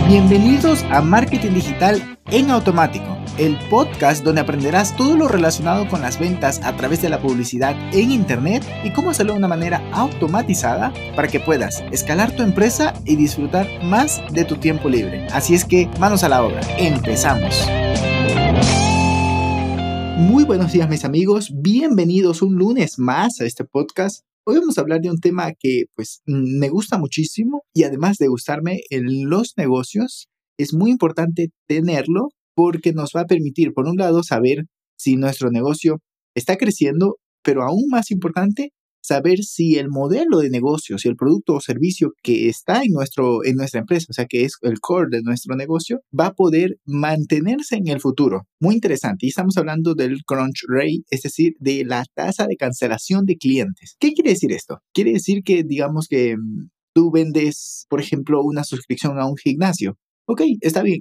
Bienvenidos a Marketing Digital en Automático, el podcast donde aprenderás todo lo relacionado con las ventas a través de la publicidad en Internet y cómo hacerlo de una manera automatizada para que puedas escalar tu empresa y disfrutar más de tu tiempo libre. Así es que, manos a la obra, empezamos. Muy buenos días, mis amigos, bienvenidos un lunes más a este podcast. Hoy vamos a hablar de un tema que me gusta muchísimo y además de gustarme en los negocios, es muy importante tenerlo porque nos va a permitir, por un lado, saber si nuestro negocio está creciendo, pero aún más importante, saber si el modelo de negocio, si el producto o servicio que está en nuestra empresa, o sea, que es el core de nuestro negocio, va a poder mantenerse en el futuro. Muy interesante. Y estamos hablando del crunch rate, es decir, de la tasa de cancelación de clientes. ¿Qué quiere decir esto? Quiere decir que, digamos que tú vendes, por ejemplo, una suscripción a un gimnasio. Ok, está bien,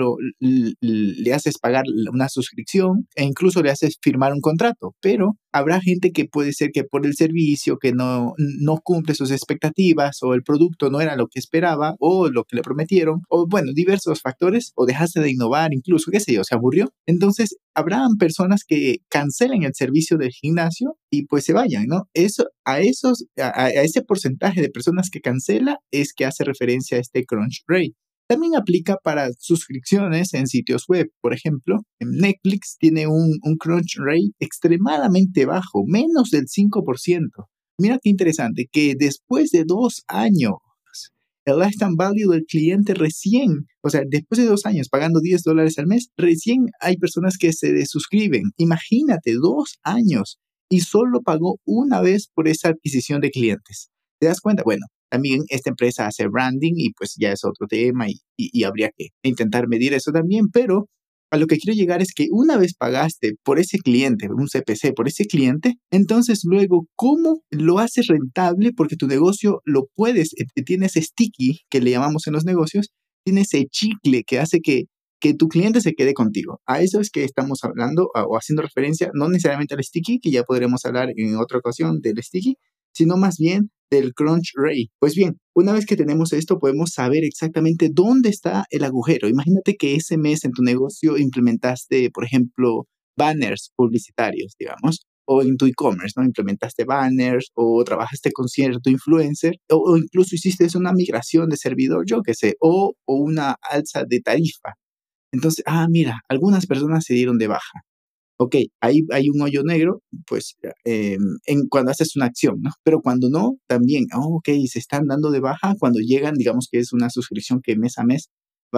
le haces pagar una suscripción e incluso le haces firmar un contrato, pero habrá gente que puede ser que por el servicio que no cumple sus expectativas o el producto no era lo que esperaba o lo que le prometieron o bueno, diversos factores o dejaste de innovar incluso, qué sé yo, se aburrió. Entonces, habrán personas que cancelen el servicio del gimnasio y pues se vayan, ¿no? A ese porcentaje de personas que cancela es que hace referencia a este crunch rate. También aplica para suscripciones en sitios web. Por ejemplo, en Netflix tiene un crunch rate extremadamente bajo, menos del 5%. Mira qué interesante, que después de 2 años, el lifetime value del cliente recién, o sea, después de 2 años pagando $10 al mes, recién hay personas que se desuscriben. Imagínate, 2 años y solo pagó una vez por esa adquisición de clientes. ¿Te das cuenta? Bueno, también esta empresa hace branding y pues ya es otro tema y habría que intentar medir eso también, pero a lo que quiero llegar es que una vez pagaste por ese cliente, un CPC por ese cliente, entonces luego, ¿cómo lo haces rentable? Porque tu negocio lo puedes, tiene ese sticky que le llamamos en los negocios, tiene ese chicle que hace que tu cliente se quede contigo. A eso es que estamos hablando o haciendo referencia, no necesariamente al sticky, que ya podremos hablar en otra ocasión del sticky, sino más bien del crunch rate. Pues bien, una vez que tenemos esto, podemos saber exactamente dónde está el agujero. Imagínate que ese mes en tu negocio implementaste, por ejemplo, banners publicitarios, digamos, o en tu e-commerce, ¿no? Implementaste banners o trabajaste con cierto influencer o incluso hiciste una migración de servidor, yo qué sé, o una alza de tarifa. Entonces, mira, algunas personas se dieron de baja. Ok, ahí hay un hoyo negro, pues, cuando haces una acción, ¿no? Pero cuando no, también, ok, se están dando de baja cuando llegan, digamos que es una suscripción que mes a mes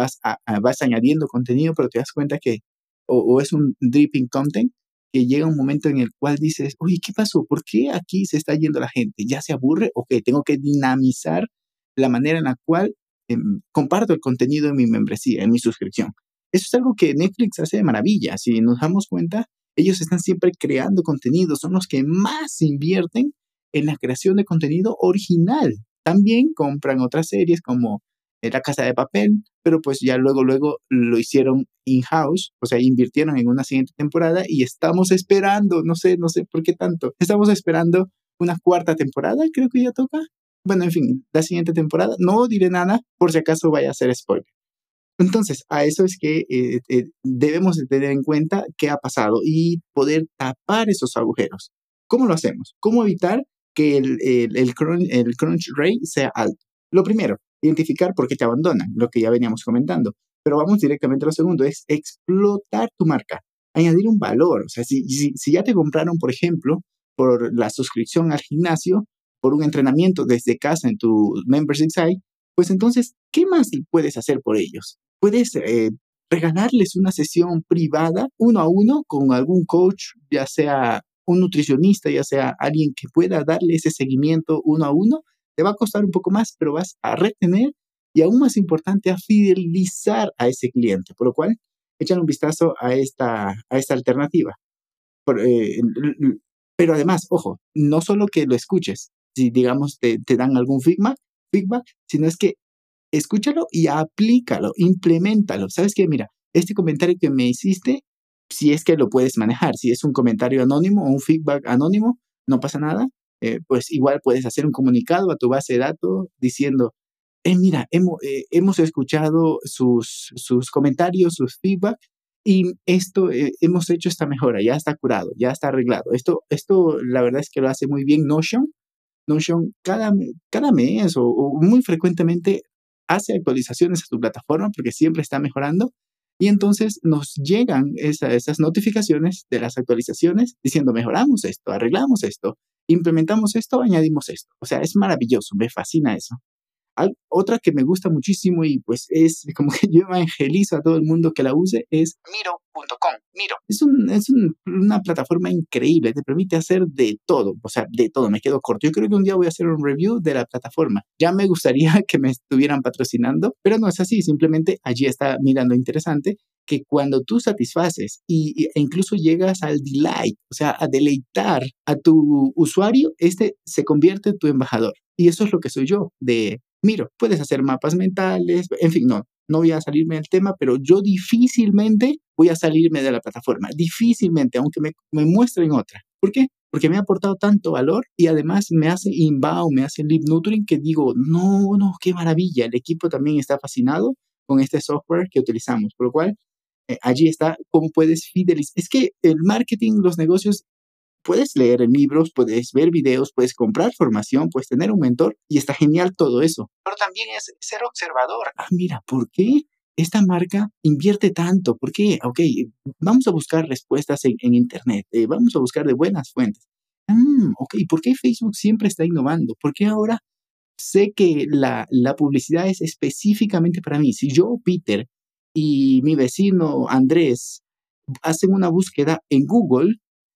vas añadiendo contenido, pero te das cuenta que, o es un dripping content, que llega un momento en el cual dices, oye, ¿qué pasó? ¿Por qué aquí se está yendo la gente? ¿Ya se aburre? Ok, tengo que dinamizar la manera en la cual comparto el contenido en mi membresía, en mi suscripción. Eso es algo que Netflix hace de maravilla. Si nos damos cuenta, ellos están siempre creando contenido, son los que más invierten en la creación de contenido original. También compran otras series como La Casa de Papel, pero pues ya luego lo hicieron in-house, o sea, invirtieron en una siguiente temporada y estamos esperando, no sé por qué tanto, estamos esperando una 4ª temporada, creo que ya toca. Bueno, en fin, la siguiente temporada, no diré nada por si acaso vaya a ser spoiler. Entonces, a eso es que debemos de tener en cuenta qué ha pasado y poder tapar esos agujeros. ¿Cómo lo hacemos? ¿Cómo evitar que el crunch rate sea alto? Lo primero, identificar por qué te abandonan, lo que ya veníamos comentando. Pero vamos directamente a lo segundo, es explotar tu marca, añadir un valor. O sea, si ya te compraron, por ejemplo, por la suscripción al gimnasio, por un entrenamiento desde casa en tu membership site, pues entonces, ¿qué más puedes hacer por ellos? Puedes regalarles una sesión privada, 1-a-1, con algún coach, ya sea un nutricionista, ya sea alguien que pueda darle ese seguimiento 1-a-1. Te va a costar un poco más, pero vas a retener y aún más importante, a fidelizar a ese cliente. Por lo cual, échale un vistazo a esta alternativa. Pero además, ojo, no solo que lo escuches, si digamos te dan algún feedback, sino es que escúchalo y aplícalo, implementalo. ¿Sabes qué? Mira, este comentario que me hiciste, si es que lo puedes manejar, si es un comentario anónimo o un feedback anónimo, no pasa nada. Pues igual puedes hacer un comunicado a tu base de datos diciendo, Mira, hemos escuchado sus comentarios, sus feedback, y esto, hemos hecho esta mejora, ya está curado, ya está arreglado. Esto la verdad es que lo hace muy bien Notion. Notion cada mes o muy frecuentemente hace actualizaciones a tu plataforma porque siempre está mejorando. Y entonces nos llegan esas notificaciones de las actualizaciones diciendo mejoramos esto, arreglamos esto, implementamos esto, añadimos esto. O sea, es maravilloso, me fascina eso. Otra que me gusta muchísimo y pues es como que yo evangelizo a todo el mundo que la use es Miro.com. Miro. Una plataforma increíble, te permite hacer de todo, o sea, de todo, me quedo corto. Yo creo que un día voy a hacer un review de la plataforma. Ya me gustaría que me estuvieran patrocinando, pero no es así, simplemente allí está mirando interesante que cuando tú satisfaces e incluso llegas al delight, o sea, a deleitar a tu usuario, este se convierte en tu embajador. Y eso es lo que soy yo de Miro. Puedes hacer mapas mentales, en fin, no voy a salirme del tema, pero yo difícilmente voy a salirme de la plataforma, difícilmente, aunque me muestren otra. ¿Por qué? Porque me ha aportado tanto valor y además me hace inbound, me hace lead nurturing que digo, no, qué maravilla. El equipo también está fascinado con este software que utilizamos, por lo cual allí está cómo puedes fidelizar. Es que el marketing, los negocios, puedes leer en libros, puedes ver videos, puedes comprar formación, puedes tener un mentor y está genial todo eso. Pero también es ser observador. Mira, ¿por qué esta marca invierte tanto? ¿Por qué? Ok, vamos a buscar respuestas en Internet, vamos a buscar de buenas fuentes. Ok, ¿por qué Facebook siempre está innovando? ¿Por qué ahora sé que la publicidad es específicamente para mí? Si yo, Peter, y mi vecino Andrés hacen una búsqueda en Google,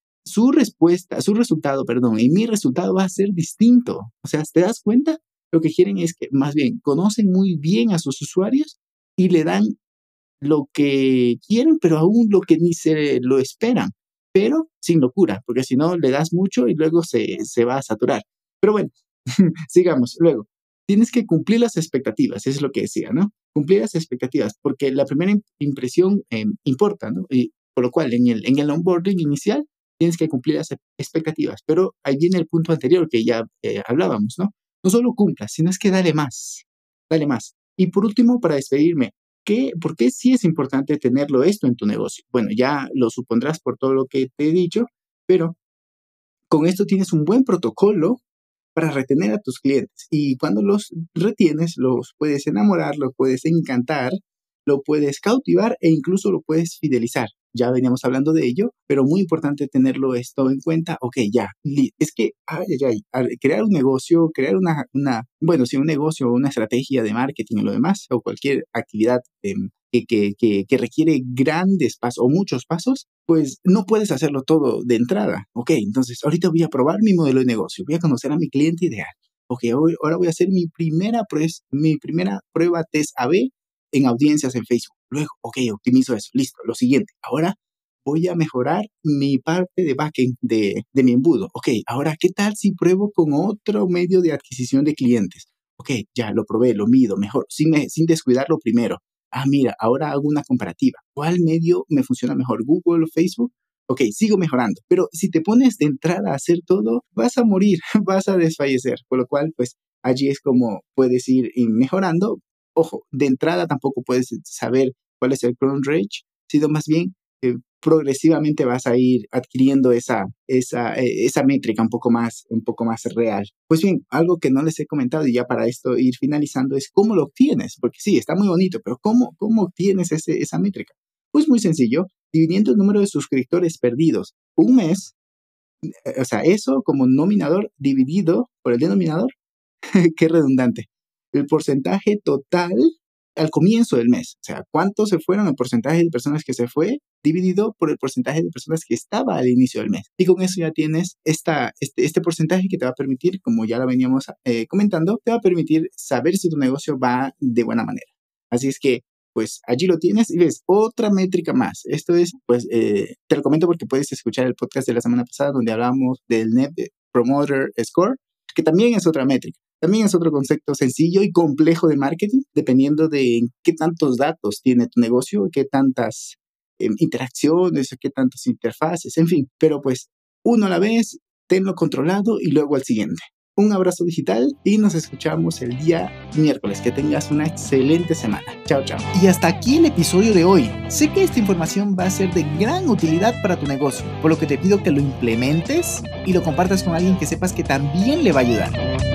su resultado, perdón, y mi resultado va a ser distinto. O sea, ¿te das cuenta? Lo que quieren es que más bien conocen muy bien a sus usuarios y le dan lo que quieren, pero aún lo que ni se lo esperan, pero sin locura, porque si no le das mucho y luego se va a saturar. Pero bueno, sigamos. Luego, tienes que cumplir las expectativas, es lo que decía, ¿no? Cumplir las expectativas, porque la primera impresión importa, ¿no? Y por lo cual, en el onboarding inicial, tienes que cumplir las expectativas, pero ahí viene el punto anterior que ya hablábamos, ¿no? No solo cumplas, sino es que dale más, dale más. Y por último, para despedirme, ¿por qué sí es importante tenerlo esto en tu negocio? Bueno, ya lo supondrás por todo lo que te he dicho, pero con esto tienes un buen protocolo para retener a tus clientes. Y cuando los retienes, los puedes enamorar, los puedes encantar, lo puedes cautivar e incluso lo puedes fidelizar. Ya veníamos hablando de ello, pero muy importante tenerlo esto en cuenta. Ok, ya, es que crear un negocio, crear bueno, sí, un negocio, una estrategia de marketing y lo demás, o cualquier actividad que requiere grandes pasos o muchos pasos, pues no puedes hacerlo todo de entrada. Ok, entonces ahorita voy a probar mi modelo de negocio, voy a conocer a mi cliente ideal. Ok, ahora voy a hacer mi primera prueba test A/B en audiencias en Facebook. Luego, ok, optimizo eso, listo. Lo siguiente, ahora voy a mejorar mi parte de backend de mi embudo. Ok, ahora, ¿qué tal si pruebo con otro medio de adquisición de clientes? Ok, ya lo probé, lo mido mejor, sin descuidar lo primero. Mira, ahora hago una comparativa. ¿Cuál medio me funciona mejor, Google o Facebook? Ok, sigo mejorando. Pero si te pones de entrada a hacer todo, vas a morir, vas a desfallecer. Por lo cual, pues allí es como puedes ir mejorando. Ojo, de entrada tampoco puedes saber cuál es el cron rage, sino más bien progresivamente vas a ir adquiriendo esa métrica un poco más real. Pues bien, algo que no les he comentado y ya para esto ir finalizando es cómo lo obtienes, porque sí, está muy bonito, pero ¿cómo obtienes esa métrica? Pues muy sencillo, dividiendo el número de suscriptores perdidos un mes, o sea, eso como nominador dividido por el denominador. Qué redundante. El porcentaje total al comienzo del mes. O sea, ¿cuántos se fueron? El porcentaje de personas que se fue dividido por el porcentaje de personas que estaba al inicio del mes. Y con eso ya tienes este porcentaje que te va a permitir, como ya lo veníamos comentando, te va a permitir saber si tu negocio va de buena manera. Así es que, pues allí lo tienes y ves otra métrica más. Esto es, pues, te lo comento porque puedes escuchar el podcast de la semana pasada donde hablamos del Net Promoter Score, que también es otra métrica. También es otro concepto sencillo y complejo de marketing, dependiendo de qué tantos datos tiene tu negocio, qué tantas interacciones, qué tantas interfaces, en fin. Pero pues uno a la vez, tenlo controlado y luego al siguiente. un abrazo digital y nos escuchamos el día miércoles. Que tengas una excelente semana. Chao, chao. Y hasta aquí el episodio de hoy. Sé que esta información va a ser de gran utilidad para tu negocio, por lo que te pido que lo implementes y lo compartas con alguien que sepas que también le va a ayudar.